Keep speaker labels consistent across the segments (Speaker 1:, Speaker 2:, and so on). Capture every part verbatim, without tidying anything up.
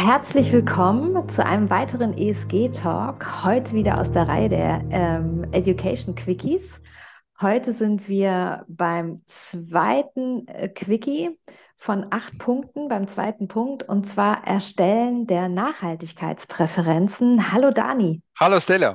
Speaker 1: Herzlich willkommen zu einem weiteren E S G-Talk, heute wieder aus der Reihe der ähm, Education Quickies. Heute sind wir beim zweiten äh, Quickie von acht Punkten, beim zweiten Punkt, und zwar Erstellen der Nachhaltigkeitspräferenzen. Hallo Dani.
Speaker 2: Hallo Stella.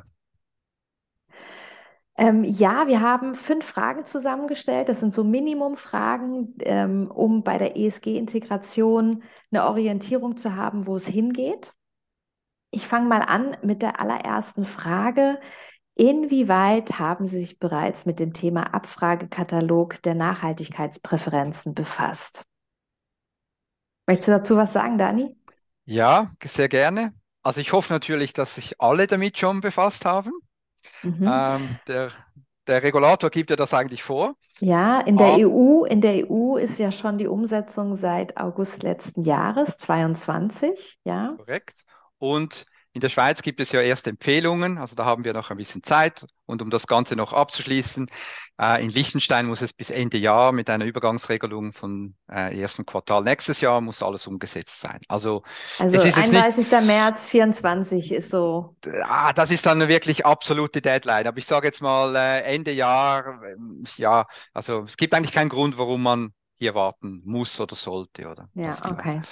Speaker 1: Ähm, ja, wir haben fünf Fragen zusammengestellt. Das sind so Minimumfragen, ähm, um bei der E S G-Integration eine Orientierung zu haben, wo es hingeht. Ich fange mal an mit der allerersten Frage. Inwieweit haben Sie sich bereits mit dem Thema Abfragekatalog der Nachhaltigkeitspräferenzen befasst? Möchtest du dazu was sagen, Dani?
Speaker 2: Ja, sehr gerne. Also ich hoffe natürlich, dass sich alle damit schon befasst haben.
Speaker 1: Mhm.
Speaker 2: Ähm, der, der Regulator gibt ja das eigentlich vor.
Speaker 1: Ja, in der
Speaker 2: Ah,
Speaker 1: E U, in der E U ist ja schon die Umsetzung seit August letzten Jahres, zweiundzwanzig, ja.
Speaker 2: korrekt. Und in der Schweiz gibt es ja erste Empfehlungen, also da haben wir noch ein bisschen Zeit. Und um das Ganze noch abzuschließen, äh, in Liechtenstein muss es bis Ende Jahr mit einer Übergangsregelung von äh, ersten Quartal nächstes Jahr muss alles umgesetzt sein. Also
Speaker 1: Also
Speaker 2: es ist jetzt nicht.
Speaker 1: einunddreißigster März vierundzwanzig ist so.
Speaker 2: Ah, das ist dann eine wirklich absolute Deadline. Aber ich sage jetzt mal äh, Ende Jahr, ähm, ja, also es gibt eigentlich keinen Grund, warum man hier warten muss oder sollte, oder?
Speaker 1: Ja,
Speaker 2: Ganz klar.
Speaker 1: okay.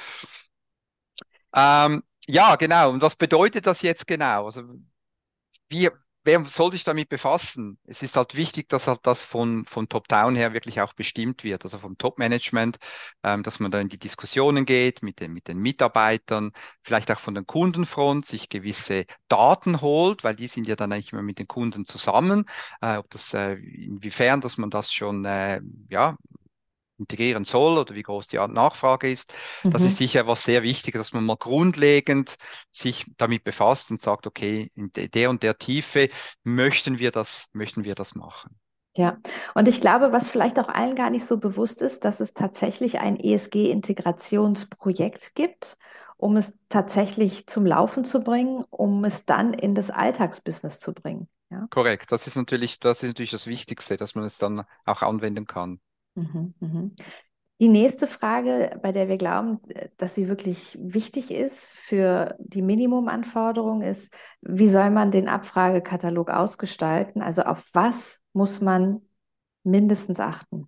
Speaker 2: Ähm, ja, genau. Und was bedeutet das jetzt genau? Also wie, wer soll sich damit befassen? Es ist halt wichtig, dass halt das von, von Top-Down her wirklich auch bestimmt wird, also vom Top-Management, ähm, dass man da in die Diskussionen geht mit den, mit den Mitarbeitern, vielleicht auch von der Kundenfront, sich gewisse Daten holt, weil die sind ja dann eigentlich immer mit den Kunden zusammen, äh, ob das, äh, inwiefern, dass man das schon, äh, ja, integrieren soll oder wie groß die Nachfrage ist. Das ist
Speaker 1: Mhm.
Speaker 2: sicher was sehr Wichtiges, dass man mal grundlegend sich damit befasst und sagt, okay, in der und der Tiefe möchten wir das, möchten wir das machen.
Speaker 1: Ja, und ich glaube, was vielleicht auch allen gar nicht so bewusst ist, dass es tatsächlich ein E S G-Integrationsprojekt gibt, um es tatsächlich zum Laufen zu bringen, um es dann in das Alltagsbusiness zu bringen. Ja.
Speaker 2: Korrekt. Das ist natürlich, das ist natürlich das Wichtigste, dass man es dann auch anwenden kann.
Speaker 1: Mhm, mhm. Die nächste Frage, bei der wir glauben, äh, dass sie wirklich wichtig ist für die Minimumanforderung, ist, wie soll man den Abfragekatalog ausgestalten? Also auf was muss man mindestens achten?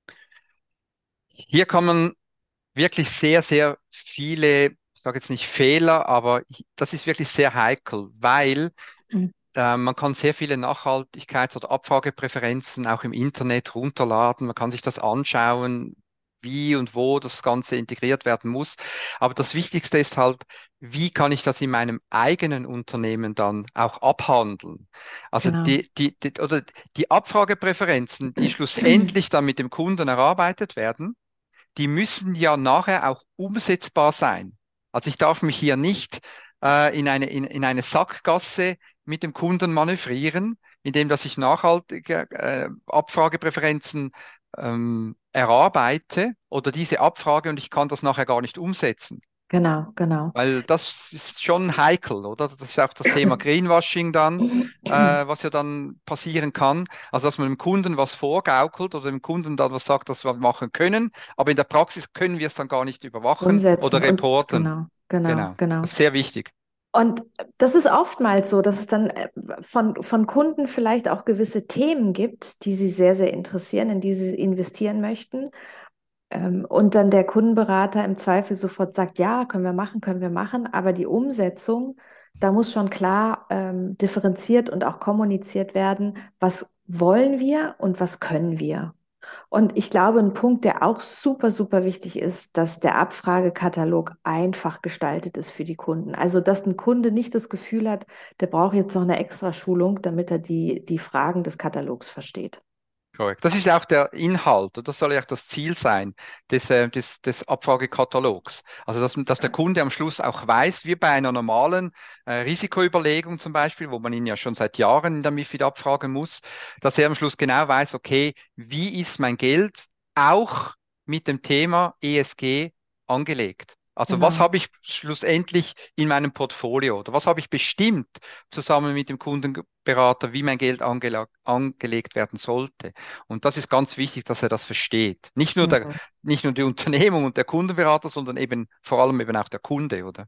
Speaker 2: Hier kann man wirklich sehr, sehr viele, ich sage jetzt nicht Fehler, aber ich- das ist wirklich sehr heikel, weil
Speaker 1: Mhm.
Speaker 2: Äh, man kann sehr viele Nachhaltigkeits- oder Abfragepräferenzen auch im Internet runterladen. Man kann sich das anschauen, wie und wo das Ganze integriert werden muss. Aber das Wichtigste ist halt, wie kann ich das in meinem eigenen Unternehmen dann auch abhandeln? Also
Speaker 1: Genau.
Speaker 2: die, die, die, oder die Abfragepräferenzen, die schlussendlich dann mit dem Kunden erarbeitet werden, die müssen ja nachher auch umsetzbar sein. Also ich darf mich hier nicht äh, in eine, in, in eine Sackgasse mit dem Kunden manövrieren, indem dass ich nachhaltige äh, Abfragepräferenzen ähm, erarbeite oder diese Abfrage und ich kann das nachher gar nicht umsetzen.
Speaker 1: Genau, genau.
Speaker 2: Weil das ist schon heikel, oder? Das ist auch das Thema Greenwashing dann, äh, was ja dann passieren kann. Also, dass man dem Kunden was vorgaukelt oder dem Kunden dann was sagt, dass wir machen können, aber in der Praxis können wir es dann gar nicht überwachen oder
Speaker 1: Umsetzen und
Speaker 2: reporten.
Speaker 1: genau, genau,
Speaker 2: Genau.
Speaker 1: genau.
Speaker 2: Das ist sehr wichtig.
Speaker 1: Und das ist oftmals so, dass es dann äh, von, von Kunden vielleicht auch gewisse Themen gibt, die sie sehr, sehr interessieren, in die sie investieren möchten. Ähm, Und dann der Kundenberater im Zweifel sofort sagt, ja, können wir machen, können wir machen. Aber die Umsetzung, da muss schon klar ähm, differenziert und auch kommuniziert werden, was wollen wir und was können wir. Und ich glaube, ein Punkt, der auch super, super wichtig ist, dass der Abfragekatalog einfach gestaltet ist für die Kunden. Also, dass ein Kunde nicht das Gefühl hat, der braucht jetzt noch eine extra Schulung, damit er die, die Fragen des Katalogs versteht.
Speaker 2: Korrekt. Das ist ja auch der Inhalt, und das soll ja auch das Ziel sein des, äh, des, des Abfragekatalogs. Also, dass, dass der Kunde am Schluss auch weiß, wie bei einer normalen äh, Risikoüberlegung zum Beispiel, wo man ihn ja schon seit Jahren in der MiFID abfragen muss, dass er am Schluss genau weiß, okay, wie ist mein Geld auch mit dem Thema E S G angelegt? Also was
Speaker 1: Genau.
Speaker 2: habe ich schlussendlich in meinem Portfolio oder was habe ich bestimmt zusammen mit dem Kundenberater, wie mein Geld angela- angelegt werden sollte? Und das ist ganz wichtig, dass er das versteht. Nicht nur der,
Speaker 1: Mhm.
Speaker 2: nicht nur die Unternehmung und der Kundenberater, sondern eben vor allem eben auch der Kunde, oder?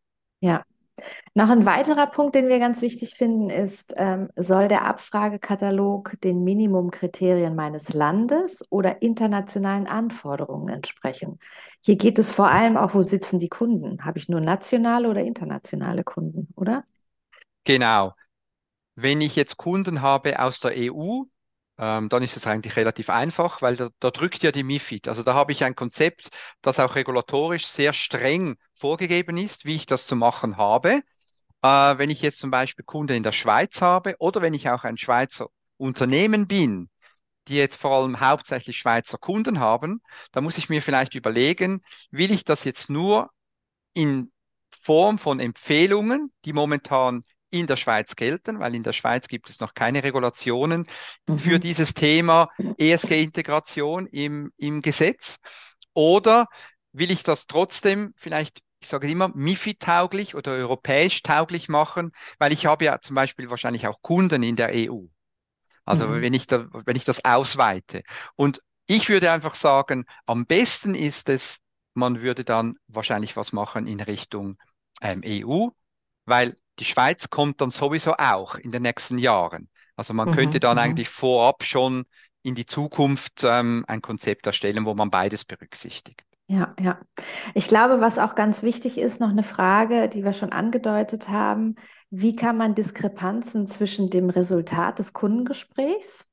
Speaker 1: Ja. Noch ein weiterer Punkt, den wir ganz wichtig finden, ist, ähm, soll der Abfragekatalog den Minimumkriterien meines Landes oder internationalen Anforderungen entsprechen? Hier geht es vor allem auch, wo sitzen die Kunden? Habe ich nur nationale oder internationale Kunden, oder?
Speaker 2: Genau. Wenn ich jetzt Kunden habe aus der E U, ähm, dann ist es eigentlich relativ einfach, weil da, da drückt ja die MiFID. Also da habe ich ein Konzept, das auch regulatorisch sehr streng vorgegeben ist, wie ich das zu machen habe. Äh, wenn ich jetzt zum Beispiel Kunden in der Schweiz habe oder wenn ich auch ein Schweizer Unternehmen bin, die jetzt vor allem hauptsächlich Schweizer Kunden haben, da muss ich mir vielleicht überlegen, will ich das jetzt nur in Form von Empfehlungen, die momentan in der Schweiz gelten, weil in der Schweiz gibt es noch keine Regulationen für
Speaker 1: Mhm.
Speaker 2: dieses Thema E S G-Integration im, im Gesetz. Oder will ich das trotzdem vielleicht, ich sage immer, MiFID-tauglich oder europäisch tauglich machen, weil ich habe ja zum Beispiel wahrscheinlich auch Kunden in der E U. Also
Speaker 1: Mhm.
Speaker 2: wenn ich da, wenn ich das ausweite. Und ich würde einfach sagen, am besten ist es, man würde dann wahrscheinlich was machen in Richtung ähm, E U, weil die Schweiz kommt dann sowieso auch in den nächsten Jahren. Also man könnte
Speaker 1: Mhm.
Speaker 2: dann
Speaker 1: Mhm.
Speaker 2: eigentlich vorab schon in die Zukunft ähm, ein Konzept erstellen, wo man beides berücksichtigt.
Speaker 1: Ja, ja. Ich glaube, was auch ganz wichtig ist, noch eine Frage, die wir schon angedeutet haben. Wie kann man Diskrepanzen zwischen dem Resultat des Kundengesprächs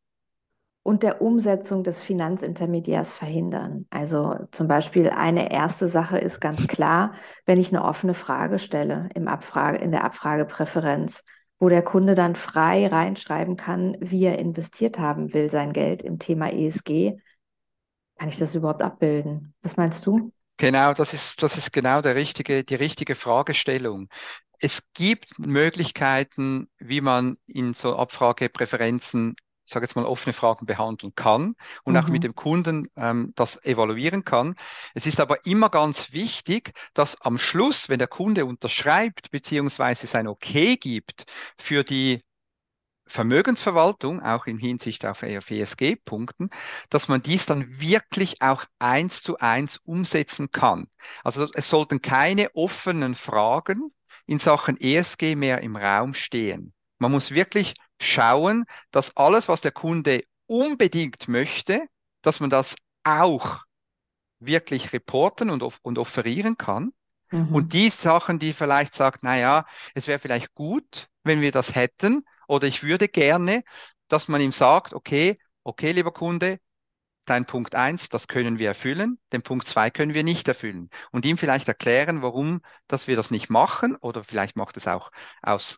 Speaker 1: und der Umsetzung des Finanzintermediärs verhindern? Also zum Beispiel eine erste Sache ist ganz klar, wenn ich eine offene Frage stelle im Abfrage, in der Abfragepräferenz, wo der Kunde dann frei reinschreiben kann, wie er investiert haben will, sein Geld im Thema E S G. Kann ich das überhaupt abbilden? Was meinst du?
Speaker 2: Genau, das ist, das ist genau der richtige, die richtige Fragestellung. Es gibt Möglichkeiten, wie man in so Abfragepräferenzen, ich sage jetzt mal, offene Fragen behandeln kann und auch mit
Speaker 1: Mhm.
Speaker 2: dem Kunden ähm, das evaluieren kann. Es ist aber immer ganz wichtig, dass am Schluss, wenn der Kunde unterschreibt beziehungsweise sein Okay gibt für die Vermögensverwaltung, auch in Hinsicht auf E S G-Punkten, dass man dies dann wirklich auch eins zu eins umsetzen kann. Also es sollten keine offenen Fragen in Sachen E S G mehr im Raum stehen. Man muss wirklich schauen, dass alles, was der Kunde unbedingt möchte, dass man das auch wirklich reporten und, off und offerieren kann. Und
Speaker 1: Mhm.
Speaker 2: die Sachen, die vielleicht sagt, na ja, es wäre vielleicht gut, wenn wir das hätten, oder ich würde gerne, dass man ihm sagt, okay, okay, lieber Kunde, dein Punkt eins, das können wir erfüllen, den Punkt zwei können wir nicht erfüllen. Und ihm vielleicht erklären, warum, dass wir das nicht machen, oder vielleicht macht es auch aus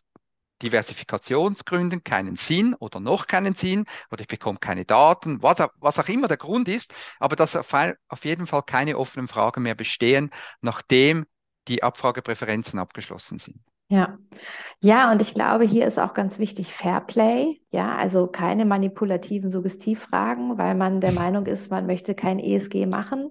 Speaker 2: Diversifikationsgründen keinen Sinn oder noch keinen Sinn oder ich bekomme keine Daten, was auch, was auch immer der Grund ist, aber dass auf, ein- auf jeden Fall keine offenen Fragen mehr bestehen, nachdem die Abfragepräferenzen abgeschlossen sind.
Speaker 1: Ja. Ja, und ich glaube, hier ist auch ganz wichtig Fairplay. Ja, also keine manipulativen Suggestivfragen, weil man der Meinung ist, man möchte kein E S G machen,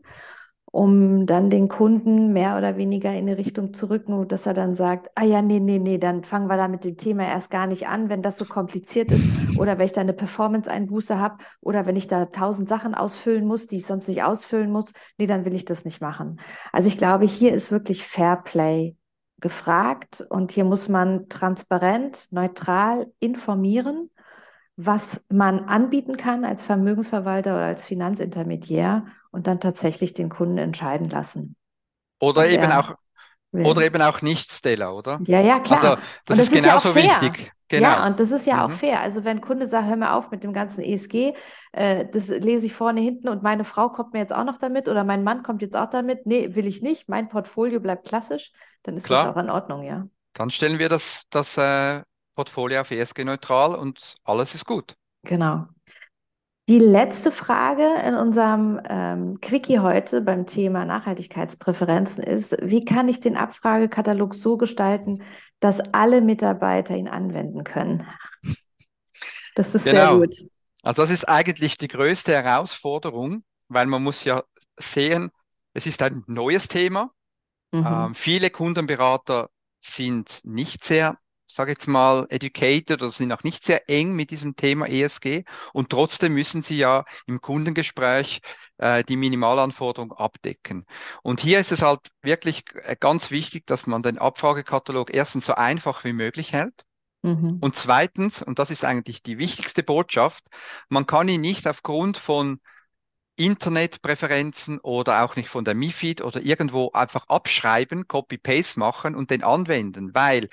Speaker 1: um dann den Kunden mehr oder weniger in eine Richtung zu rücken, dass er dann sagt, ah ja, nee, nee, nee, dann fangen wir da mit dem Thema erst gar nicht an, wenn das so kompliziert ist oder wenn ich da eine Performance-Einbuße habe oder wenn ich da tausend Sachen ausfüllen muss, die ich sonst nicht ausfüllen muss, nee, dann will ich das nicht machen. Also ich glaube, hier ist wirklich Fairplay gefragt und hier muss man transparent, neutral informieren, was man anbieten kann als Vermögensverwalter oder als Finanzintermediär und dann tatsächlich den Kunden entscheiden lassen,
Speaker 2: Oder
Speaker 1: was
Speaker 2: eben
Speaker 1: er
Speaker 2: auch, oder
Speaker 1: will.
Speaker 2: eben auch nicht, Stella, oder?
Speaker 1: Ja, ja,
Speaker 2: Also,
Speaker 1: klar. Und
Speaker 2: das
Speaker 1: das
Speaker 2: ist
Speaker 1: ist ja auch
Speaker 2: genauso
Speaker 1: fair.
Speaker 2: wichtig. Genau.
Speaker 1: Ja, und das ist ja auch
Speaker 2: Mhm.
Speaker 1: fair. Also wenn ein Kunde sagt, hör mal auf mit dem ganzen E S G, äh, das lese ich vorne, hinten und meine Frau kommt mir jetzt auch noch damit oder mein Mann kommt jetzt auch damit. Nee, will ich nicht. Mein Portfolio bleibt klassisch. Dann ist das
Speaker 2: Klar,
Speaker 1: auch in Ordnung, ja.
Speaker 2: dann stellen wir das, das äh, Portfolio auf E S G-neutral und alles ist gut.
Speaker 1: Genau. Die letzte Frage in unserem ähm, Quickie heute beim Thema Nachhaltigkeitspräferenzen ist, wie kann ich den Abfragekatalog so gestalten, dass alle Mitarbeiter ihn anwenden können? Das ist sehr
Speaker 2: Genau.
Speaker 1: gut.
Speaker 2: Also das ist eigentlich die größte Herausforderung, weil man muss ja sehen, es ist ein neues Thema.
Speaker 1: Mhm.
Speaker 2: Ähm, viele Kundenberater sind nicht sehr sage jetzt mal, educated oder sind noch nicht sehr eng mit diesem Thema E S G und trotzdem müssen sie ja im Kundengespräch äh, die Minimalanforderung abdecken. Und hier ist es halt wirklich äh, ganz wichtig, dass man den Abfragekatalog erstens so einfach wie möglich hält.
Speaker 1: Mhm.
Speaker 2: Und zweitens, und das ist eigentlich die wichtigste Botschaft, man kann ihn nicht aufgrund von Internetpräferenzen oder auch nicht von der MiFID oder irgendwo einfach abschreiben, Copy-Paste machen und den anwenden, weil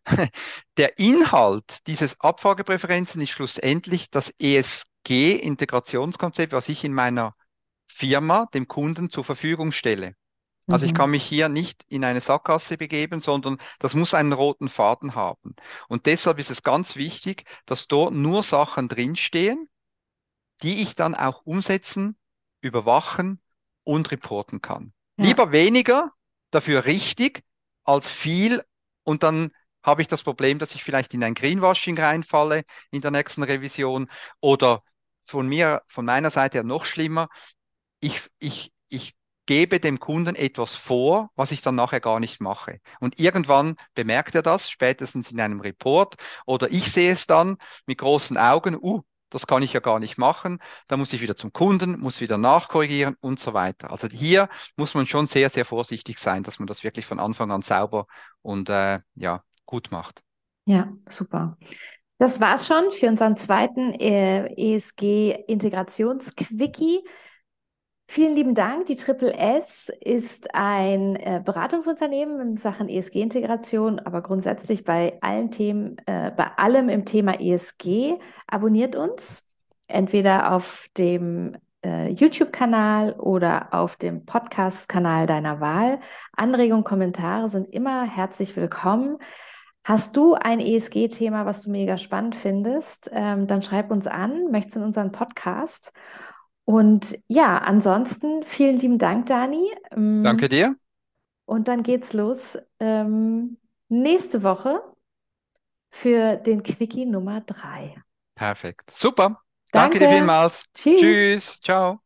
Speaker 2: der Inhalt dieses Abfragepräferenzen ist schlussendlich das E S G-Integrationskonzept, was ich in meiner Firma dem Kunden zur Verfügung stelle. Also ich
Speaker 1: Mhm.
Speaker 2: kann mich hier nicht in eine Sackgasse begeben, sondern das muss einen roten Faden haben. Und deshalb ist es ganz wichtig, dass dort nur Sachen drinstehen, die ich dann auch umsetzen, überwachen und reporten kann.
Speaker 1: Ja,
Speaker 2: Lieber weniger, dafür richtig, als viel und dann habe ich das Problem, dass ich vielleicht in ein Greenwashing reinfalle in der nächsten Revision oder von mir, von meiner Seite her noch schlimmer, ich, ich, ich gebe dem Kunden etwas vor, was ich dann nachher gar nicht mache. Und irgendwann bemerkt er das, spätestens in einem Report, oder ich sehe es dann mit großen Augen, uh, das kann ich ja gar nicht machen. Da muss ich wieder zum Kunden, muss wieder nachkorrigieren und so weiter. Also hier muss man schon sehr, sehr vorsichtig sein, dass man das wirklich von Anfang an sauber und äh, ja, gut macht.
Speaker 1: ja, super. Das war's schon für unseren zweiten äh, E S G-Integrationsquickie. Vielen lieben Dank. Die Triple S ist ein äh, Beratungsunternehmen in Sachen E S G-Integration, aber grundsätzlich bei allen Themen, äh, bei allem im Thema E S G. Abonniert uns entweder auf dem äh, YouTube-Kanal oder auf dem Podcast-Kanal deiner Wahl. Anregungen, Kommentare sind immer herzlich willkommen. Hast du ein E S G-Thema, was du mega spannend findest? Ähm, dann schreib uns an, möchtest du in unseren Podcast. Und ja, ansonsten vielen lieben Dank, Dani.
Speaker 2: Danke
Speaker 1: Ähm,
Speaker 2: dir.
Speaker 1: Und dann geht's los ähm, nächste Woche für den Quickie Nummer drei.
Speaker 2: Perfekt. Super. Danke dir
Speaker 1: Danke.
Speaker 2: vielmals.
Speaker 1: Tschüss.
Speaker 2: Tschüss. Ciao.